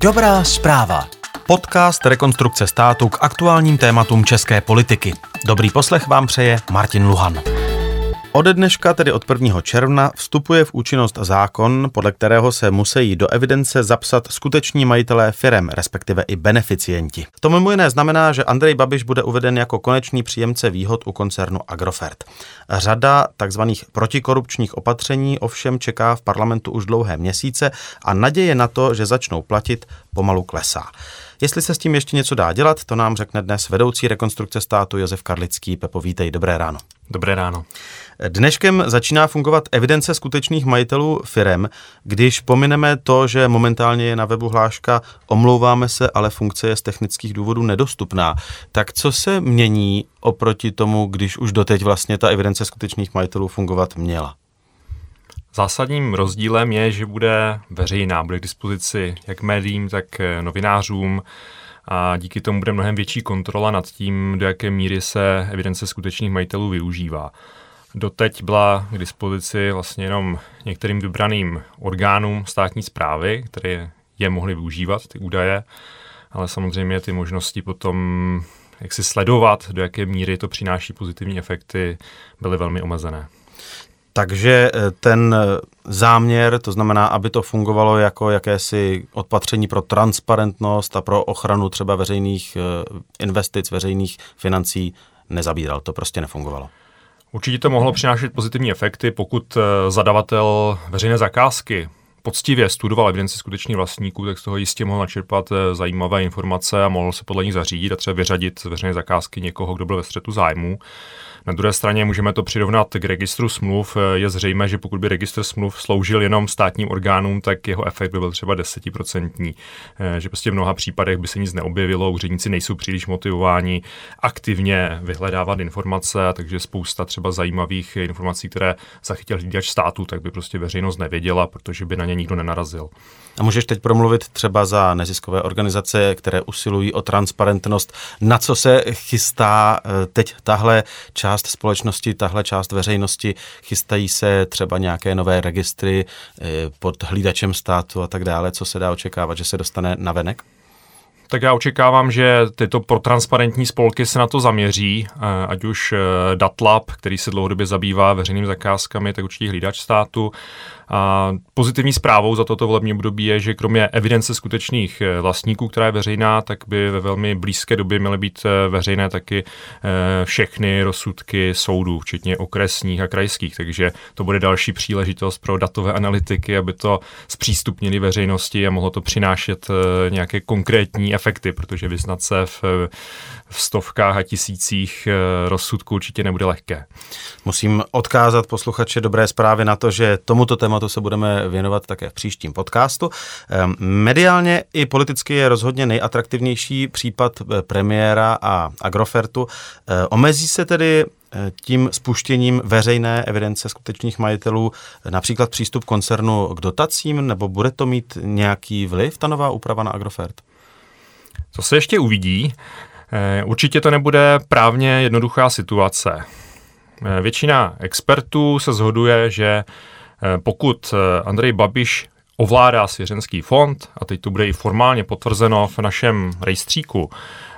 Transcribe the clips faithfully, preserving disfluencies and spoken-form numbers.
Dobrá zpráva. Podcast Rekonstrukce státu k aktuálním tématům české politiky. Dobrý poslech vám přeje Martin Luhan. Ode dneška, tedy od prvního června, vstupuje v účinnost zákon, podle kterého se musí do evidence zapsat skuteční majitelé firem, respektive i beneficienti. To mimo jiné znamená, že Andrej Babiš bude uveden jako konečný příjemce výhod u koncernu Agrofert. Řada takzvaných protikorupčních opatření ovšem čeká v parlamentu už dlouhé měsíce a naděje na to, že začnou platit, pomalu klesá. Jestli se s tím ještě něco dá dělat, to nám řekne dnes vedoucí Rekonstrukce státu Josef Karlický. Pepo, vítej, dobré ráno. Dobré ráno. Dneškem začíná fungovat evidence skutečných majitelů firem. Když pomineme to, že momentálně je na webu hláška omlouváme se, ale funkce je z technických důvodů nedostupná, tak co se mění oproti tomu, když už doteď vlastně ta evidence skutečných majitelů fungovat měla? Zásadním rozdílem je, že bude veřejná, bude k dispozici jak médiím, tak novinářům a díky tomu bude mnohem větší kontrola nad tím, do jaké míry se evidence skutečných majitelů využívá. Doteď byla k dispozici vlastně jenom některým vybraným orgánům státní správy, které je mohly využívat, ty údaje, ale samozřejmě ty možnosti potom, jak si sledovat, do jaké míry to přináší pozitivní efekty, byly velmi omezené. Takže ten záměr, to znamená, aby to fungovalo jako jakési opatření pro transparentnost a pro ochranu třeba veřejných investic, veřejných financí, nezabíral, to prostě nefungovalo. Určitě to mohlo přinášet pozitivní efekty, pokud zadavatel veřejné zakázky poctivě studoval evidenci skutečných vlastníků, tak z toho jistě mohl načerpat zajímavé informace a mohl se podle nich zařídit a třeba vyřadit z veřejné zakázky někoho, kdo byl ve střetu zájmů. Na druhé straně můžeme to přirovnat k registru smluv. Je zřejmé, že pokud by registr smluv sloužil jenom státním orgánům, tak jeho efekt by byl třeba desetiprocentní. Že prostě v mnoha případech by se nic neobjevilo, úředníci nejsou příliš motivováni aktivně vyhledávat informace, takže spousta třeba zajímavých informací, které zachytil hlídač státu, tak by prostě veřejnost nevěděla, protože by na ně nikdo nenarazil. A můžeš teď promluvit třeba za neziskové organizace, které usilují o transparentnost, na co se chystá teď tahle část společnosti, tahle část veřejnosti, chystají se třeba nějaké nové registry pod hlídačem státu a tak dále, co se dá očekávat, že se dostane navenek? Tak já očekávám, že tyto protransparentní spolky se na to zaměří, ať už Datlab, který se dlouhodobě zabývá veřejnými zakázkami, tak určitě hlídač státu. A pozitivní zprávou za toto volební období je, že kromě evidence skutečných vlastníků, která je veřejná, tak by ve velmi blízké době měly být veřejné taky všechny rozsudky soudů, včetně okresních a krajských. Takže to bude další příležitost pro datové analytiky, aby to zpřístupnili veřejnosti a mohlo to přinášet nějaké konkrétní efekty, protože vyznat se v, v stovkách a tisících rozsudků určitě nebude lehké. Musím odkázat posluchače Dobré zprávy na to, že tomuto tématu se budeme věnovat také v příštím podcastu. Mediálně i politicky je rozhodně nejatraktivnější případ premiéra a Agrofertu. Omezí se tedy tím spuštěním veřejné evidence skutečných majitelů například přístup koncernu k dotacím, nebo bude to mít nějaký vliv, ta nová úprava na Agrofert? To se ještě uvidí. Určitě to nebude právně jednoduchá situace. Většina expertů se shoduje, že pokud Andrej Babiš ovládá svěřenský fond, a teď to bude i formálně potvrzeno v našem rejstříku,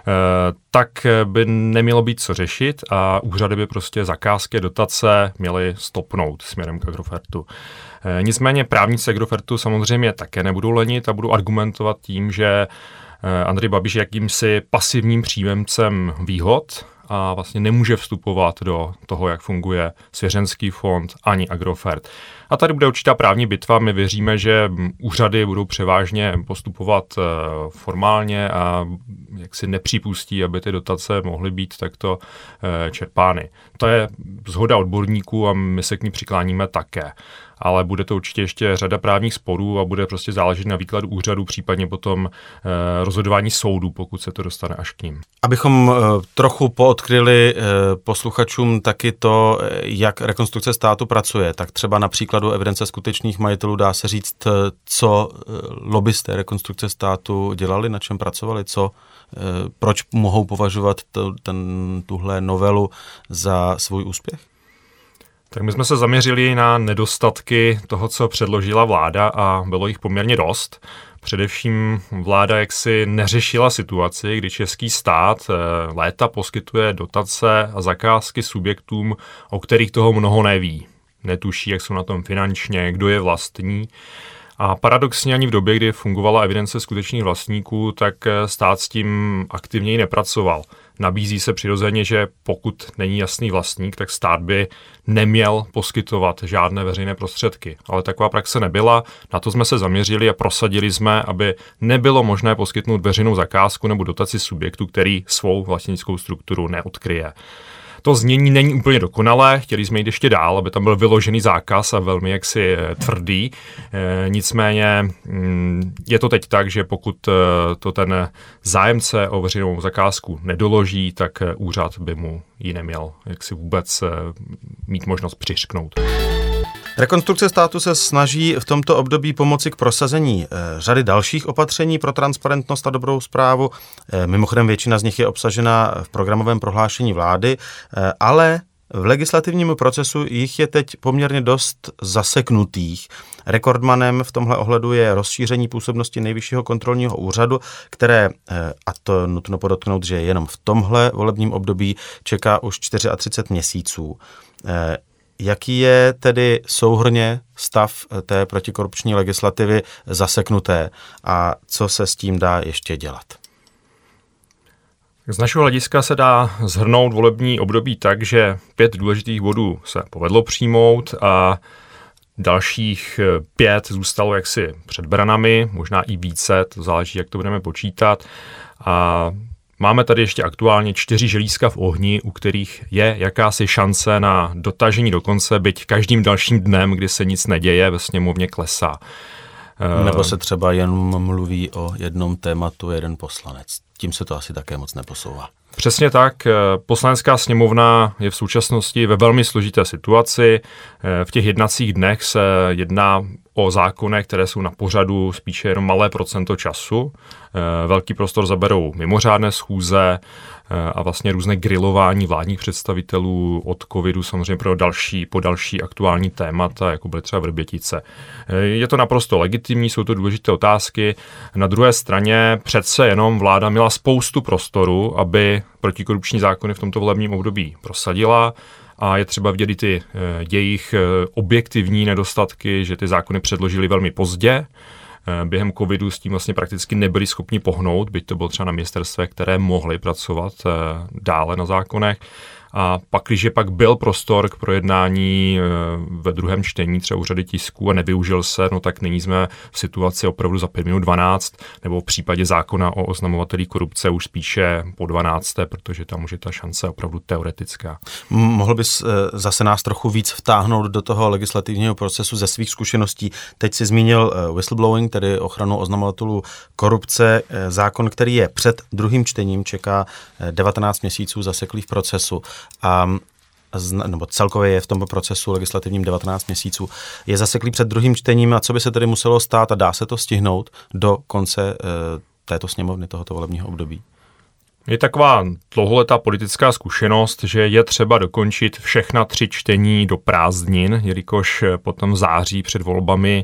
tak by nemělo být co řešit a úřady by prostě zakázky, dotace měly stopnout směrem k Agrofertu. Nicméně právníci Agrofertu samozřejmě také nebudou lenit a budou argumentovat tím, že Andrej Babiš je jakýmsi pasivním příjemcem výhod a vlastně nemůže vstupovat do toho, jak funguje svěřenský fond ani Agrofert. A tady bude určitá právní bitva. My věříme, že úřady budou převážně postupovat formálně a jak si nepřipustí, aby ty dotace mohly být takto čerpány. To je shoda odborníků a my se k ní přikláníme také. Ale bude to určitě ještě řada právních sporů a bude prostě záležet na výkladu úřadu, případně potom eh, rozhodování soudů, pokud se to dostane až k ním. Abychom eh, trochu poodkryli eh, posluchačům taky to, jak Rekonstrukce státu pracuje, tak třeba na příkladu evidence skutečných majitelů dá se říct, co lobbysté Rekonstrukce státu dělali, na čem pracovali, co, eh, proč mohou považovat to, ten, tuhle novelu za svůj úspěch? Tak my jsme se zaměřili na nedostatky toho, co předložila vláda a bylo jich poměrně dost. Především vláda jaksi neřešila situaci, kdy český stát léta poskytuje dotace a zakázky subjektům, o kterých toho mnoho neví. Netuší, jak jsou na tom finančně, kdo je vlastní. A paradoxně ani v době, kdy fungovala evidence skutečných vlastníků, tak stát s tím aktivněji nepracoval. Nabízí se přirozeně, že pokud není jasný vlastník, tak stát by neměl poskytovat žádné veřejné prostředky. Ale taková praxe nebyla, na to jsme se zaměřili a prosadili jsme, aby nebylo možné poskytnout veřejnou zakázku nebo dotaci subjektu, který svou vlastnickou strukturu neodkryje. To znění není úplně dokonalé, chtěli jsme jít ještě dál, aby tam byl vyložený zákaz a velmi jaksi tvrdý. E, nicméně je to teď tak, že pokud to ten zájemce o veřejnou zakázku nedoloží, tak úřad by mu ji neměl jaksi vůbec mít možnost přiřknout. Rekonstrukce státu se snaží v tomto období pomoci k prosazení e, řady dalších opatření pro transparentnost a dobrou správu. E, mimochodem většina z nich je obsažena v programovém prohlášení vlády, e, ale v legislativním procesu jich je teď poměrně dost zaseknutých. Rekordmanem v tomhle ohledu je rozšíření působnosti Nejvyššího kontrolního úřadu, které, a to nutno podotknout, že jenom v tomhle volebním období čeká už třicet čtyři měsíců. E, Jaký je tedy souhrnně stav té protikorupční legislativy zaseknuté a co se s tím dá ještě dělat? Z našeho hlediska se dá shrnout volební období tak, že pět důležitých bodů se povedlo přijmout a dalších pět zůstalo jaksi před branami, možná i více, to záleží, jak to budeme počítat. A máme tady ještě aktuálně čtyři želízka v ohni, u kterých je jakási šance na dotažení do konce, byť každým dalším dnem, kdy se nic neděje, ve sněmovně klesá. Nebo se třeba jen mluví o jednom tématu jeden poslanec. Tím se to asi také moc neposouvá. Přesně tak. Poslanecká sněmovna je v současnosti ve velmi složité situaci. V těch jednacích dnech se jedná o zákonech, které jsou na pořadu spíše jenom malé procento času. Velký prostor zaberou mimořádné schůze a vlastně různé grilování vládních představitelů od covidu samozřejmě pro další, po další aktuální témata, jako byly třeba Vrbětice. Je to naprosto legitimní, jsou to důležité otázky. Na druhé straně přece jenom vláda měla spoustu prostoru, aby protikorupční zákony v tomto volebním období prosadila. A je třeba vidět i ty jejich objektivní nedostatky, že ty zákony předložili velmi pozdě. Během covidu s tím vlastně prakticky nebyli schopni pohnout, byť to bylo třeba na ministerstvech, které mohly pracovat dále na zákonech. A pak, když je pak byl prostor k projednání ve druhém čtení třeba u řady tisků a nevyužil se, no tak nyní jsme v situaci opravdu za pět minut dvanáct, nebo v případě zákona o oznamovatelích korupce už spíše po dvanácté, protože tam už je ta šance opravdu teoretická. Mohl bys zase nás trochu víc vtáhnout do toho legislativního procesu ze svých zkušeností. Teď si zmínil whistleblowing, tedy ochranu oznamovatelů korupce, zákon, který je před druhým čtením, čeká devatenáct měsíců zaseklý v procesu. A nebo celkově je v tom procesu legislativním devatenáct měsíců. Je zaseklý před druhým čtením a co by se tedy muselo stát a dá se to stihnout do konce e, této sněmovny, tohoto volebního období? Je taková dlouholetá politická zkušenost, že je třeba dokončit všechna tři čtení do prázdnin, jelikož potom v září před volbami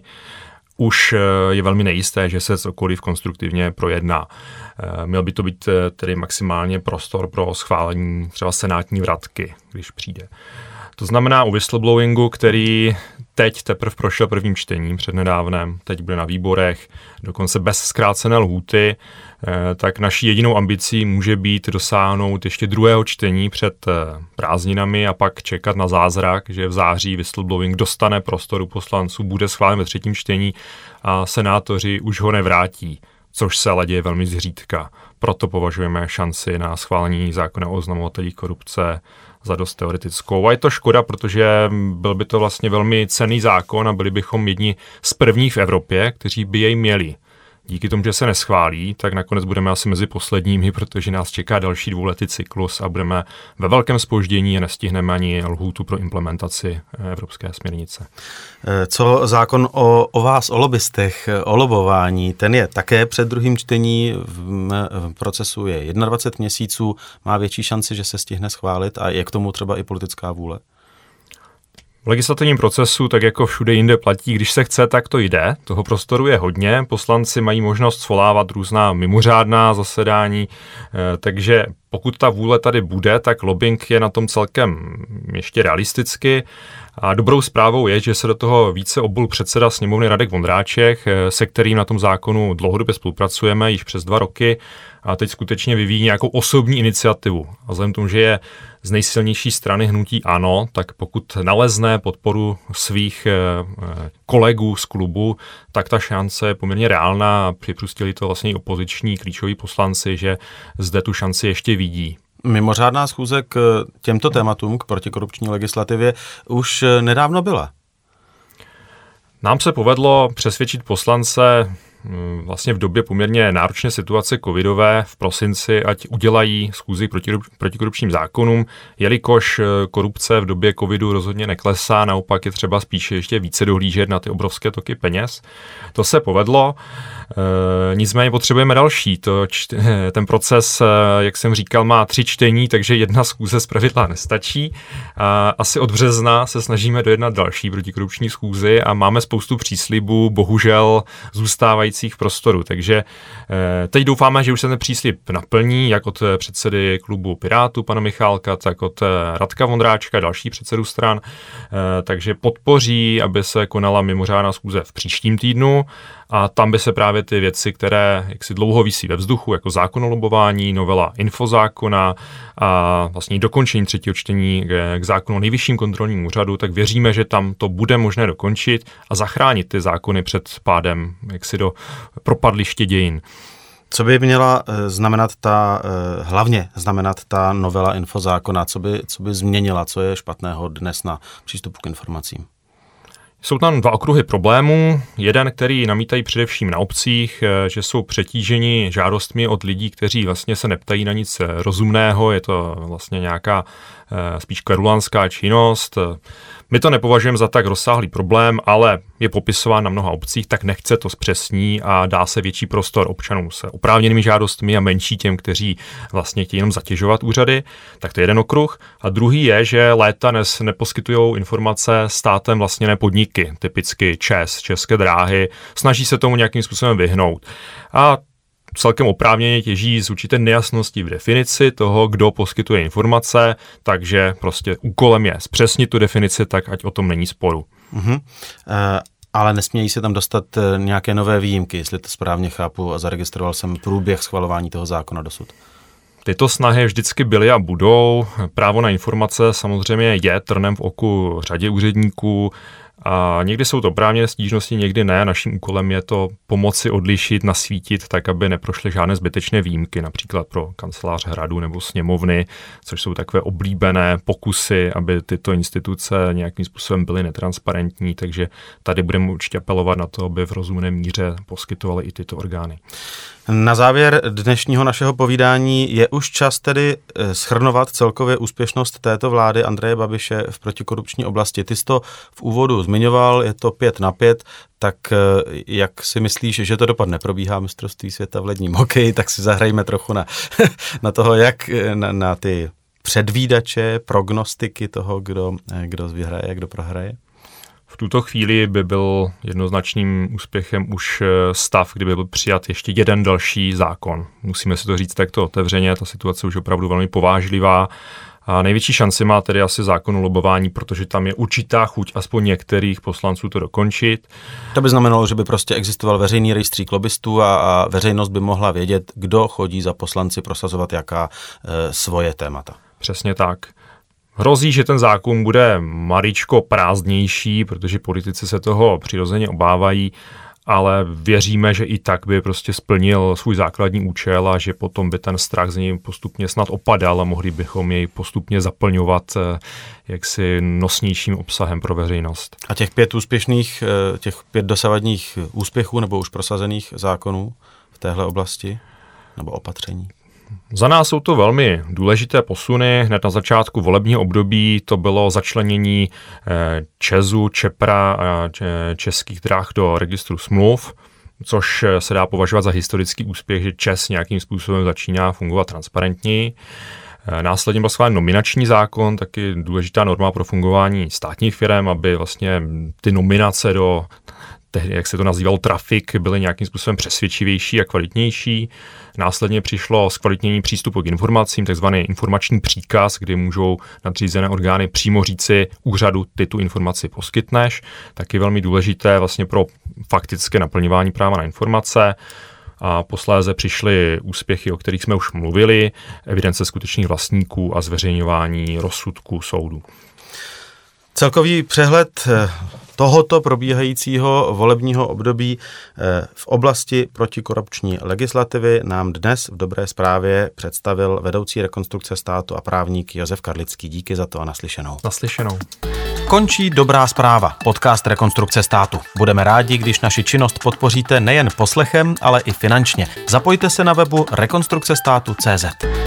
už je velmi nejisté, že se cokoliv konstruktivně projedná. Měl by to být tedy maximálně prostor pro schválení třeba senátní vratky, když přijde. To znamená u whistleblowingu, který teď teprve prošel prvním čtením přednedávnem, teď bude na výborech, dokonce bez zkrácené lhůty, tak naší jedinou ambicí může být dosáhnout ještě druhého čtení před prázdninami a pak čekat na zázrak, že v září whistleblowing dostane prostoru poslanců, bude schválen ve třetím čtení a senátoři už ho nevrátí, což se ale děje velmi zřídka. Proto považujeme šanci na schválení zákona o oznamovatelích korupce za dost teoretickou. A je to škoda, protože byl by to vlastně velmi cenný zákon a byli bychom jedni z prvních v Evropě, kteří by jej měli. Díky tomu, že se neschválí, tak nakonec budeme asi mezi posledními, protože nás čeká další dvouletý cyklus a budeme ve velkém zpoždění a nestihneme ani lhůtu pro implementaci evropské směrnice. Co zákon o, o vás, o lobbystech, o lobování, ten je také před druhým čtení, v procesu je dvacet jedna měsíců, má větší šanci, že se stihne schválit a je k tomu třeba i politická vůle? V legislativním procesu, tak jako všude jinde platí, když se chce, tak to jde. Toho prostoru je hodně. Poslanci mají možnost svolávat různá mimořádná zasedání, takže pokud ta vůle tady bude, tak lobbying je na tom celkem ještě realisticky. A dobrou zprávou je, že se do toho více obul předseda sněmovny Radek Vondráček, se kterým na tom zákonu dlouhodobě spolupracujeme již přes dva roky a teď skutečně vyvíjí nějakou osobní iniciativu. A vzhledem k tomu, že je z nejsilnější strany hnutí ANO, tak pokud nalezne podporu svých kolegů z klubu, tak ta šance je poměrně reálná a připustili to vlastně i opoziční klíčoví poslanci, že zde tu šanci ještě vidí. Mimořádná schůze k těmto tématům, k protikorupční legislativě, už nedávno byla. Nám se povedlo přesvědčit poslance vlastně v době poměrně náročné situace covidové v prosinci, ať udělají schůzi proti protikorupčním zákonům, jelikož korupce v době covidu rozhodně neklesá, naopak je třeba spíše ještě více dohlížet na ty obrovské toky peněz. To se povedlo, e, nicméně potřebujeme další. To, ten proces, jak jsem říkal, má tři čtení, takže jedna schůze zpravidla nestačí. A asi od března se snažíme dojednat další protikorupční schůzi a máme spoustu příslibů, bohužel zůstávají prostoru. Takže teď doufáme, že už se ten příslib naplní, jak od předsedy klubu Pirátů, pana Michálka, tak od Radka Vondráčka, další předsedů stran. Takže podpoří, aby se konala mimořádná schůze v příštím týdnu a tam by se právě ty věci, které jaksi dlouho visí ve vzduchu, jako zákon o lobování, novela infozákona a vlastně dokončení třetího čtení k zákonu o nejvyšším kontrolním úřadu, tak věříme, že tam to bude možné dokončit a zachránit ty zákony před pádem jaksi do propadliště dějin. Co by měla znamenat ta, hlavně znamenat ta novela infozákona? Co by, co by změnila? Co je špatného dnes na přístupu k informacím? Jsou tam dva okruhy problémů. Jeden, který namítají především na obcích, že jsou přetíženi žádostmi od lidí, kteří vlastně se neptají na nic rozumného. Je to vlastně nějaká spíš kverulantská činnost. My to nepovažujeme za tak rozsáhlý problém, ale je popisován na mnoha obcích, tak nechce to zpřesní a dá se větší prostor občanům se oprávněnými žádostmi a menší těm, kteří vlastně chtějí jenom zatěžovat úřady. Tak to je jeden okruh. A druhý je, že léta dnes neposkytují informace státem vlastněné podniky, typicky ČEZ, České dráhy, snaží se tomu nějakým způsobem vyhnout. A celkem oprávněně těží z určité nejasnosti v definici toho, kdo poskytuje informace, takže prostě úkolem je zpřesnit tu definici tak, ať o tom není sporu. Uh-huh. Uh, ale nesmějí se tam dostat nějaké nové výjimky, jestli to správně chápu a zaregistroval jsem průběh schvalování toho zákona dosud. Tyto snahy vždycky byly a budou. Právo na informace samozřejmě je trnem v oku řadě úředníků, a někdy jsou to právě stížnosti, někdy ne. Naším úkolem je to pomoci odlišit, nasvítit tak, aby neprošly žádné zbytečné výjimky, například pro kancelář hradu nebo sněmovny, což jsou takové oblíbené pokusy, aby tyto instituce nějakým způsobem byly netransparentní, takže tady budeme určitě apelovat na to, aby v rozumné míře poskytovaly i tyto orgány. Na závěr dnešního našeho povídání je už čas tedy shrnovat celkově úspěšnost této vlády Andreje Babiše v protikorupční oblasti. Ty jsi to v úvodu zmiňoval, je to pět na pět, tak jak si myslíš, že to dopadne? Probíhá mistrovství světa v ledním hokeji, tak si zahrajme trochu na, na toho, jak na, na ty předvídače, prognostiky toho, kdo, kdo vyhraje, kdo prohraje. V tuto chvíli by byl jednoznačným úspěchem už stav, kdyby byl přijat ještě jeden další zákon. Musíme si to říct takto otevřeně, ta situace už je opravdu velmi povážlivá. A největší šanci má tedy asi zákon o lobování, protože tam je určitá chuť aspoň některých poslanců to dokončit. To by znamenalo, že by prostě existoval veřejný rejstřík lobbystů a, a veřejnost by mohla vědět, kdo chodí za poslanci prosazovat jaká e, svoje témata. Přesně tak. Hrozí, že ten zákon bude maličko prázdnější, protože politici se toho přirozeně obávají, ale věříme, že i tak by prostě splnil svůj základní účel a že potom by ten strach z něj postupně snad opadal a mohli bychom jej postupně zaplňovat jaksi nosnějším obsahem pro veřejnost. A těch pět úspěšných, těch pět dosavadních úspěchů nebo už prosazených zákonů v téhle oblasti nebo opatření? Za nás jsou to velmi důležité posuny. Hned na začátku volebního období to bylo začlenění ČEZu, ČEPRA a Českých drah do registru smluv, což se dá považovat za historický úspěch, že ČEZ nějakým způsobem začíná fungovat transparentněji. Následně byl schválen nominační zákon, taky důležitá norma pro fungování státních firm, aby vlastně ty nominace do, jak se to nazývalo, trafik, byly nějakým způsobem přesvědčivější a kvalitnější. Následně přišlo zkvalitnění přístupu k informacím, takzvaný informační příkaz, kdy můžou nadřízené orgány přímo říci úřadu, ty tu informaci poskytneš. Taky velmi důležité vlastně pro faktické naplňování práva na informace. A posléze přišly úspěchy, o kterých jsme už mluvili, evidence skutečných vlastníků a zveřejňování rozsudků soudu. Celkový přehled tohoto probíhajícího volebního období v oblasti protikorupční legislativy nám dnes v Dobré zprávě představil vedoucí Rekonstrukce státu a právník Josef Karlický. Díky za to a naslyšenou. Naslyšenou. Končí Dobrá zpráva, podcast Rekonstrukce státu. Budeme rádi, když naši činnost podpoříte nejen poslechem, ale i finančně. Zapojte se na webu rekonstrukce státu tečka cé zet.